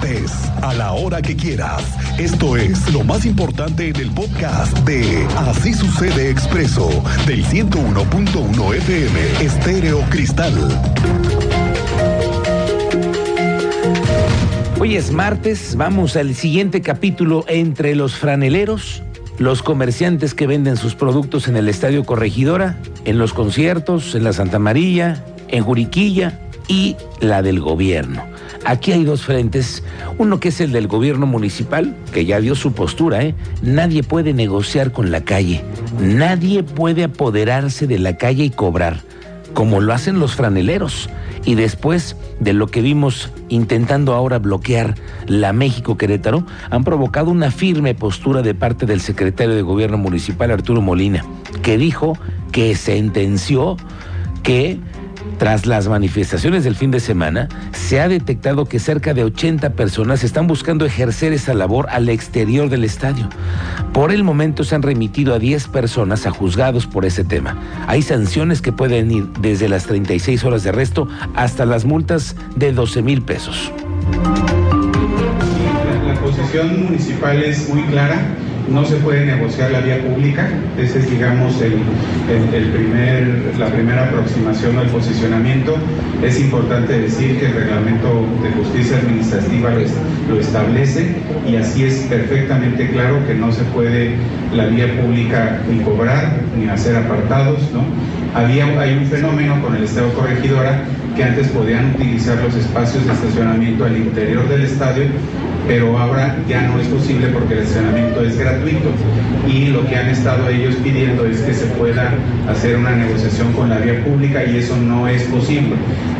es a la hora que quieras. Esto es lo más importante en el podcast de Así Sucede Expreso del 101.1 FM Estéreo Cristal. Hoy es martes, vamos al siguiente capítulo entre los franeleros, los comerciantes que venden sus productos en el Estadio Corregidora, en los conciertos, en la Santa María, en Juriquilla y la del gobierno. Aquí hay dos frentes, uno que es el del gobierno municipal, que ya dio su postura, Nadie puede negociar con la calle, nadie puede apoderarse de la calle y cobrar, como lo hacen los franeleros. Y después de lo que vimos intentando ahora bloquear la México-Querétaro, han provocado una firme postura de parte del secretario de Gobierno Municipal, Arturo Molina, que dijo que sentenció que tras las manifestaciones del fin de semana, se ha detectado que cerca de 80 personas están buscando ejercer esa labor al exterior del estadio. Por el momento se han remitido a 10 personas a juzgados por ese tema. Hay sanciones que pueden ir desde las 36 horas de arresto hasta las multas de 12,000 pesos. La posición municipal es muy clara. No se puede negociar la vía pública. Ese es, digamos, la primera aproximación al posicionamiento. Es importante decir que el reglamento de justicia administrativa lo establece y así es perfectamente claro que no se puede la vía pública ni cobrar ni hacer apartados, ¿no? Hay un fenómeno con el Estadio Corregidora que antes podían utilizar los espacios de estacionamiento al interior del estadio, pero ahora ya no es posible porque el estacionamiento es gratuito y lo que han estado ellos pidiendo es que se pueda hacer una negociación con la vía pública y eso no es posible.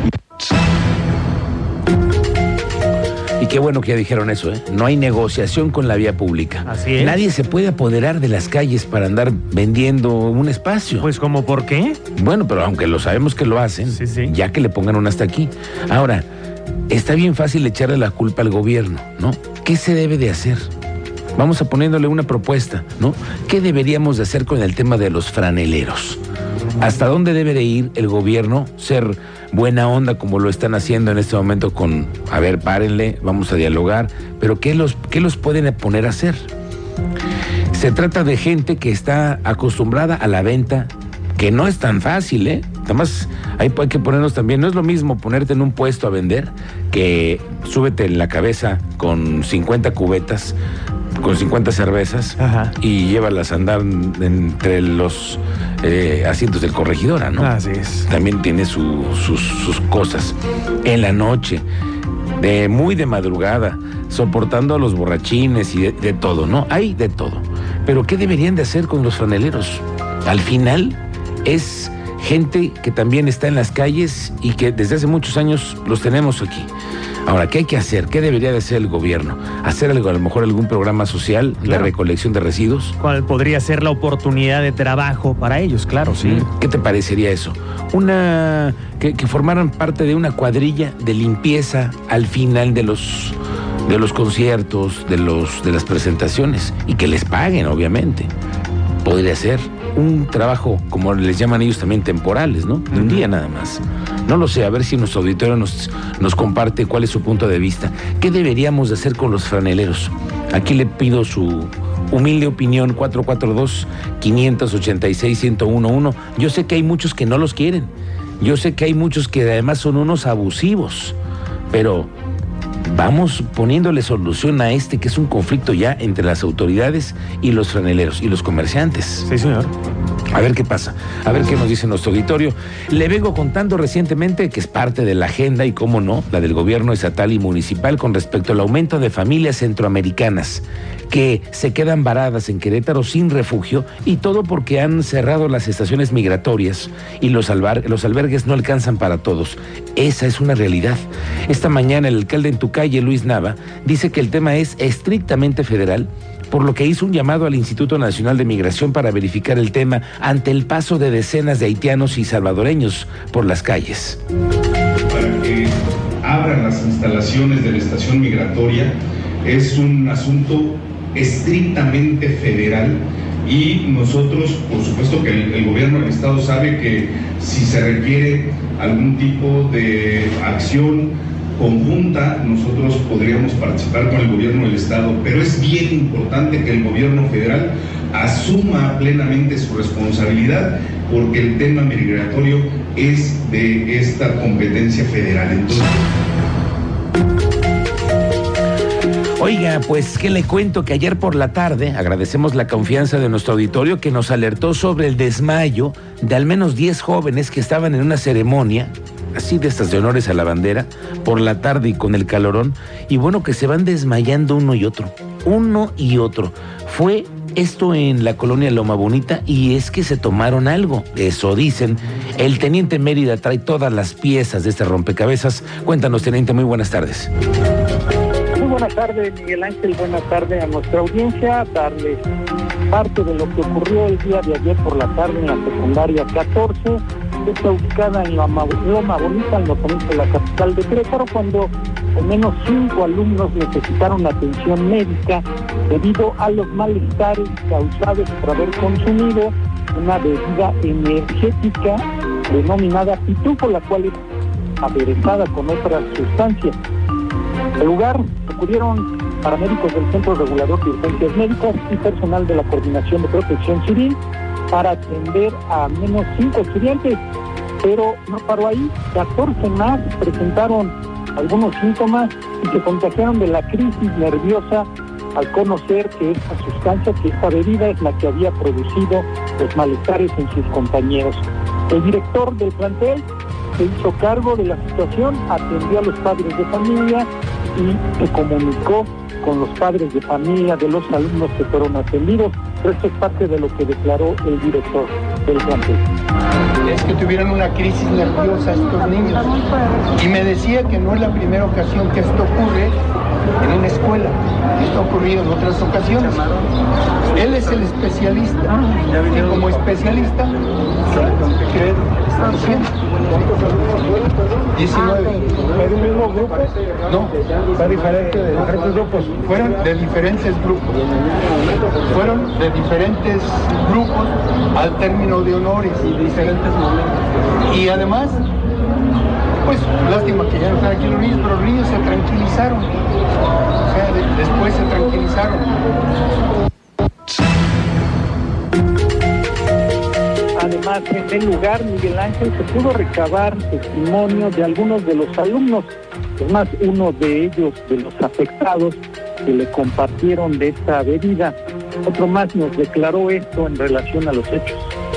Y qué bueno que ya dijeron eso, No hay negociación con la vía pública. Así es. Nadie se puede apoderar de las calles para andar vendiendo un espacio. Pues, ¿cómo por qué? Bueno, pero aunque lo sabemos que lo hacen, sí. Ya que le pongan una hasta aquí. Ahora, está bien fácil echarle la culpa al gobierno, ¿no? ¿Qué se debe de hacer? Vamos a poniéndole una propuesta, ¿no? ¿Qué deberíamos de hacer con el tema de los franeleros? ¿Hasta dónde debe de ir el gobierno? Ser buena onda como lo están haciendo en este momento con, a ver, párenle, vamos a dialogar, pero ¿qué los pueden poner a hacer? Se trata de gente que está acostumbrada a la venta, que no es tan fácil, Además, ahí hay que ponernos también, no es lo mismo ponerte en un puesto a vender que súbete en la cabeza con 50 cubetas, con 50 cervezas. Ajá. Y llévalas a andar entre los asientos del Corregidora, ¿no? Así es. También tiene sus cosas. En la noche, muy de madrugada, soportando a los borrachines y de todo, ¿no? Hay de todo. Pero ¿qué deberían de hacer con los franeleros? Al final es gente que también está en las calles y que desde hace muchos años los tenemos aquí. Ahora, ¿qué hay que hacer? ¿Qué debería de hacer el gobierno? ¿Hacer algo, a lo mejor algún programa social de recolección de residuos? ¿Cuál podría ser la oportunidad de trabajo para ellos? Claro, sí. ¿Qué te parecería eso? Que formaran parte de una cuadrilla de limpieza al final de los conciertos, de las presentaciones, y que les paguen, obviamente. Podría ser un trabajo, como les llaman ellos también, temporales, ¿no? De un día nada más. No lo sé, a ver si nuestro auditorio nos comparte cuál es su punto de vista. ¿Qué deberíamos de hacer con los franeleros? Aquí le pido su humilde opinión, 442-586-1011. Yo sé que hay muchos que no los quieren. Yo sé que hay muchos que además son unos abusivos. Pero vamos poniéndole solución a que es un conflicto ya entre las autoridades y los franeleros y los comerciantes. Sí, señor. A ver qué pasa, a ver qué nos dice nuestro auditorio. Le vengo contando recientemente que es parte de la agenda y, cómo no, la del gobierno estatal y municipal con respecto al aumento de familias centroamericanas que se quedan varadas en Querétaro sin refugio, y todo porque han cerrado las estaciones migratorias y los albergues no alcanzan para todos. Esa es una realidad. Esta mañana el alcalde en Tucaye, Luis Nava, dice que el tema es estrictamente federal, por lo que hizo un llamado al Instituto Nacional de Migración para verificar el tema ante el paso de decenas de haitianos y salvadoreños por las calles. Para que abran las instalaciones de la estación migratoria es un asunto estrictamente federal y nosotros, por supuesto que el gobierno del estado sabe que si se requiere algún tipo de acción conjunta nosotros podríamos participar con el gobierno del estado, pero es bien importante que el gobierno federal asuma plenamente su responsabilidad, porque el tema migratorio es de esta competencia federal. Entonces, oiga, pues, ¿qué le cuento? Que ayer por la tarde agradecemos la confianza de nuestro auditorio que nos alertó sobre el desmayo de al menos 10 jóvenes que estaban en una ceremonia, así de estas de honores a la bandera, por la tarde y con el calorón, y bueno, que se van desmayando uno y otro. Fue esto en la colonia Loma Bonita, y es que se tomaron algo, eso dicen. El teniente Mérida trae todas las piezas de este rompecabezas. Cuéntanos, teniente, muy buenas tardes. Buenas tardes, Miguel Ángel, buenas tardes a nuestra audiencia. Darles parte de lo que ocurrió el día de ayer por la tarde en la secundaria 14, que está ubicada en Loma Bonita, al noroeste de la capital de Querétaro, cuando al menos 5 alumnos necesitaron atención médica debido a los malestares causados por haber consumido una bebida energética denominada pitufo, la cual es aderezada con otras sustancias. En el lugar acudieron paramédicos del Centro Regulador de Urgencias Médicas y personal de la Coordinación de Protección Civil para atender a al menos 5 estudiantes, pero no paró ahí. 14 más presentaron algunos síntomas y se contagiaron de la crisis nerviosa al conocer que esta sustancia, que esta bebida es la que había producido los malestares en sus compañeros. El director del plantel se hizo cargo de la situación, atendió a los padres de familia y se comunicó con los padres de familia de los alumnos que fueron atendidos. Esto es parte de lo que declaró el director del plantel. Es que tuvieron una crisis nerviosa estos niños, y me decía que no es la primera ocasión que esto ocurre en una escuela. Esto ha ocurrido en otras ocasiones. Él es el especialista, y como especialista, ¿qué está diciendo? 19. ¿Fue del mismo grupo? No, ¿Fue diferente de diferentes grupos? fueron de diferentes grupos. Fueron de diferentes grupos al término de honores y diferentes momentos. Y además, pues lástima que ya no están aquí los niños, pero los niños se tranquilizaron. O sea, después se tranquilizaron. Además, en el lugar, Miguel Ángel, se pudo recabar testimonio de algunos de los alumnos. Es más, uno de ellos, de los afectados, que le compartieron de esta bebida. Otro más nos declaró esto en relación a los hechos.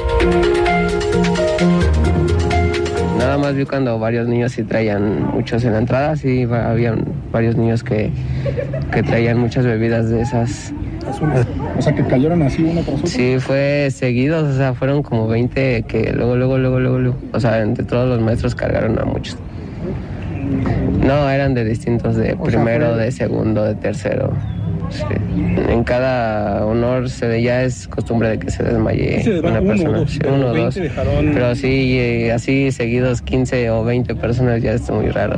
Nada más vi cuando varios niños sí traían muchos en la entrada, sí había varios niños que traían muchas bebidas de esas. O sea, que cayeron así uno tras otro. Sí, fue seguidos, o sea, fueron como 20 que luego, o sea, entre todos los maestros cargaron a muchos. No, eran de distintos, de primero, de segundo, de tercero. Sí. En cada honor ya es costumbre de que se desmaye una persona. Uno o dos. Pero sí, así seguidos 15 o 20 personas ya es muy raro.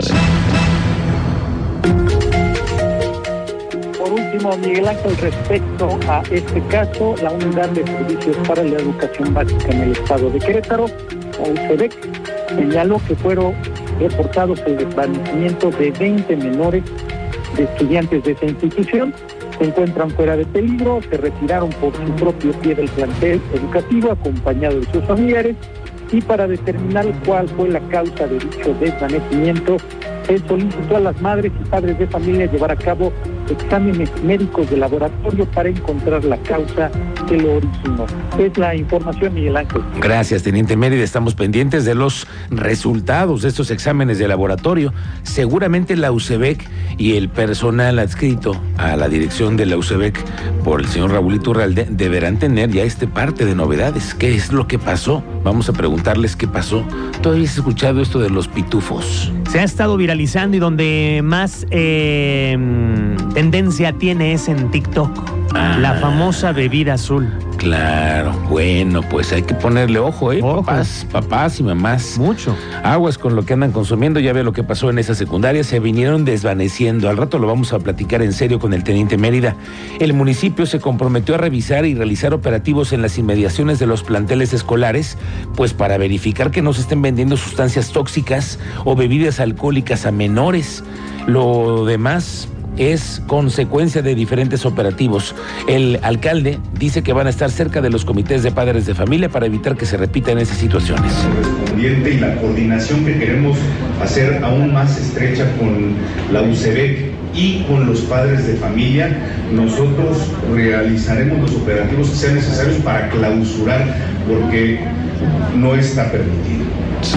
Por último, Miguel Ángel, respecto a este caso, la Unidad de Servicios para la Educación Básica en el Estado de Querétaro, UCEBEC, señaló que fueron reportados el desvanecimiento de 20 menores de estudiantes de esa institución. Se encuentran fuera de peligro, se retiraron por su propio pie del plantel educativo, acompañado de sus familiares, y para determinar cuál fue la causa de dicho desvanecimiento, se solicitó a las madres y padres de familia llevar a cabo exámenes médicos de laboratorio para encontrar la causa que lo originó. Es la información, Miguel Ángel. Gracias, teniente Mérida. Estamos pendientes de los resultados de estos exámenes de laboratorio. Seguramente la UCEBEC y el personal adscrito a la dirección de la UCEBEC por el señor Raúl Iturralde deberán tener ya parte de novedades. ¿Qué es lo que pasó? Vamos a preguntarles qué pasó. ¿Todavía has escuchado esto de los pitufos? Se ha estado viralizando, y donde más tendencia tiene es en TikTok. La famosa bebida azul. Claro, bueno, pues hay que ponerle ojo, papás y mamás. Mucho. Aguas con lo que andan consumiendo, ya ve lo que pasó en esa secundaria, se vinieron desvaneciendo. Al rato lo vamos a platicar en serio con el teniente Mérida. El municipio se comprometió a revisar y realizar operativos en las inmediaciones de los planteles escolares, pues para verificar que no se estén vendiendo sustancias tóxicas o bebidas alcohólicas a menores. Lo demás es consecuencia de diferentes operativos. El alcalde dice que van a estar cerca de los comités de padres de familia para evitar que se repitan esas situaciones. Correspondiente y la coordinación que queremos hacer aún más estrecha con la UCEBEC y con los padres de familia, nosotros realizaremos los operativos que sean necesarios para clausurar, porque no está permitido.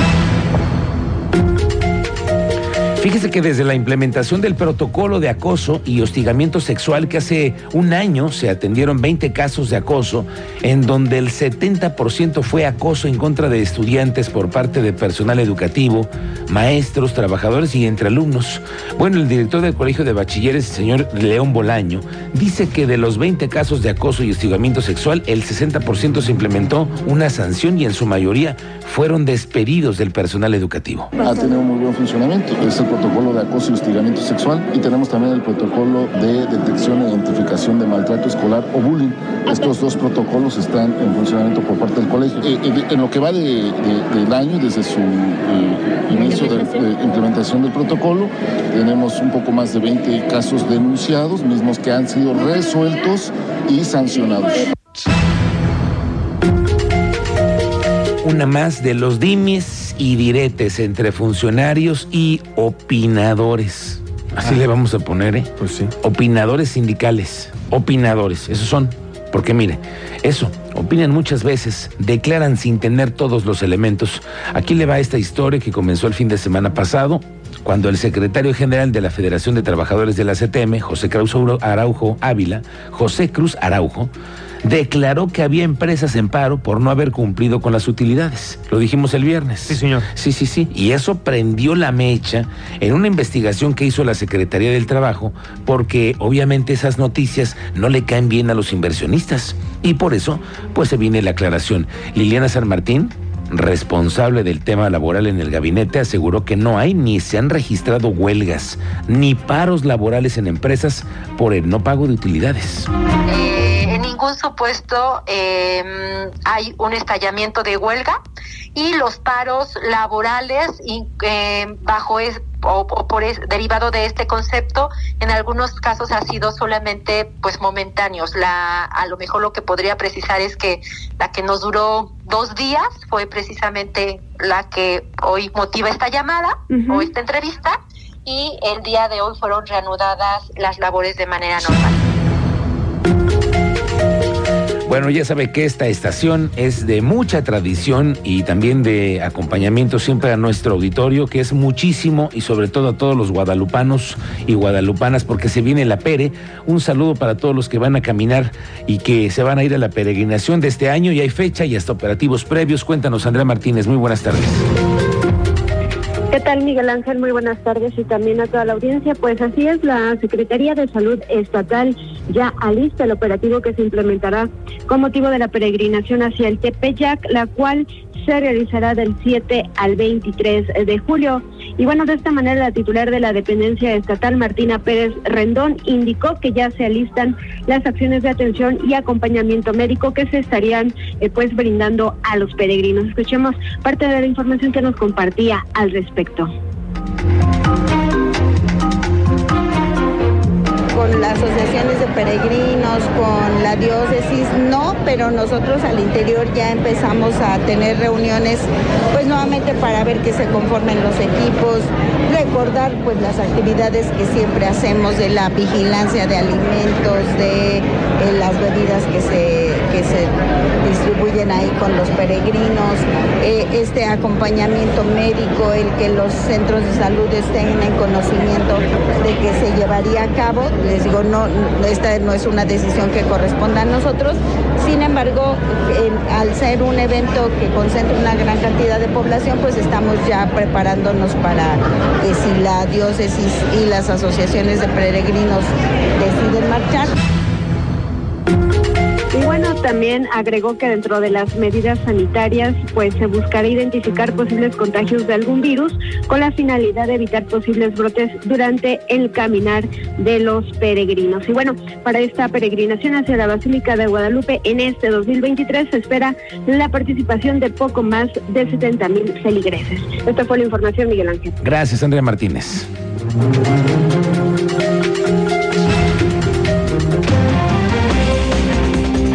Fíjese que desde la implementación del protocolo de acoso y hostigamiento sexual, que hace un año se atendieron 20 casos de acoso, en donde el 70% fue acoso en contra de estudiantes por parte de personal educativo, maestros, trabajadores y entre alumnos. Bueno, el director del Colegio de Bachilleres, el señor León Bolaño, dice que de los 20 casos de acoso y hostigamiento sexual, el 60% se implementó una sanción y en su mayoría fueron despedidos del personal educativo. Ha tenido muy buen funcionamiento. Es el protocolo de acoso y hostigamiento sexual y tenemos también el protocolo de detección e identificación de maltrato escolar o bullying. Estos dos protocolos están en funcionamiento por parte del colegio. En lo que va del año, desde su inicio de implementación del protocolo, tenemos un poco más de 20 casos denunciados, mismos que han sido resueltos y sancionados. Una más de los dimes y diretes entre funcionarios y opinadores. Así le vamos a poner, Pues sí. Opinadores sindicales. Opinadores, esos son. Porque mire, eso, opinan muchas veces, declaran sin tener todos los elementos. Aquí le va esta historia que comenzó el fin de semana pasado, cuando el secretario general de la Federación de Trabajadores de la CTM, José Cruz Araujo Ávila, declaró que había empresas en paro por no haber cumplido con las utilidades. Lo dijimos el viernes. Sí, señor. Sí. Y eso prendió la mecha en una investigación que hizo la Secretaría del Trabajo, porque obviamente esas noticias no le caen bien a los inversionistas. Y por eso, pues se viene la aclaración. Liliana San Martín, responsable del tema laboral en el gabinete, aseguró que no hay ni se han registrado huelgas ni paros laborales en empresas por el no pago de utilidades. En ningún supuesto hay un estallamiento de huelga y los paros laborales derivado de este concepto, en algunos casos ha sido solamente pues momentáneos. A lo mejor lo que podría precisar es que la que nos duró 2 días fue precisamente la que hoy motiva esta llamada o esta entrevista, y el día de hoy fueron reanudadas las labores de manera normal. Bueno, ya sabe que esta estación es de mucha tradición y también de acompañamiento siempre a nuestro auditorio, que es muchísimo, y sobre todo a todos los guadalupanos y guadalupanas, porque se viene la Pere. Un saludo para todos los que van a caminar y que se van a ir a la peregrinación de este año, y hay fecha y hasta operativos previos. Cuéntanos, Andrea Martínez, muy buenas tardes. ¿Qué tal, Miguel Ángel? Muy buenas tardes, y también a toda la audiencia. Pues así es, la Secretaría de Salud Estatal ya alista el operativo que se implementará con motivo de la peregrinación hacia el Tepeyac, la cual se realizará del 7 al 23 de julio. Y bueno, de esta manera la titular de la dependencia estatal, Martina Pérez Rendón, indicó que ya se alistan las acciones de atención y acompañamiento médico que se estarían pues brindando a los peregrinos. Escuchemos parte de la información que nos compartía al respecto. Con las asociaciones de peregrinos, con la diócesis, no, pero nosotros al interior ya empezamos a tener reuniones, pues nuevamente para ver que se conformen los equipos, recordar pues las actividades que siempre hacemos de la vigilancia de alimentos, de las bebidas que se distribuyen ahí con los peregrinos, este acompañamiento médico, el que los centros de salud estén en conocimiento de que se llevaría a cabo. Les digo, no, esta no es una decisión que corresponda a nosotros, sin embargo, al ser un evento que concentra una gran cantidad de población, pues estamos ya preparándonos para que si la diócesis y las asociaciones de peregrinos deciden marchar. Y bueno, también agregó que dentro de las medidas sanitarias, pues se buscará identificar posibles contagios de algún virus con la finalidad de evitar posibles brotes durante el caminar de los peregrinos. Y bueno, para esta peregrinación hacia la Basílica de Guadalupe en este 2023 se espera la participación de poco más de 70,000 feligreses. Esta fue la información, Miguel Ángel. Gracias, Andrea Martínez.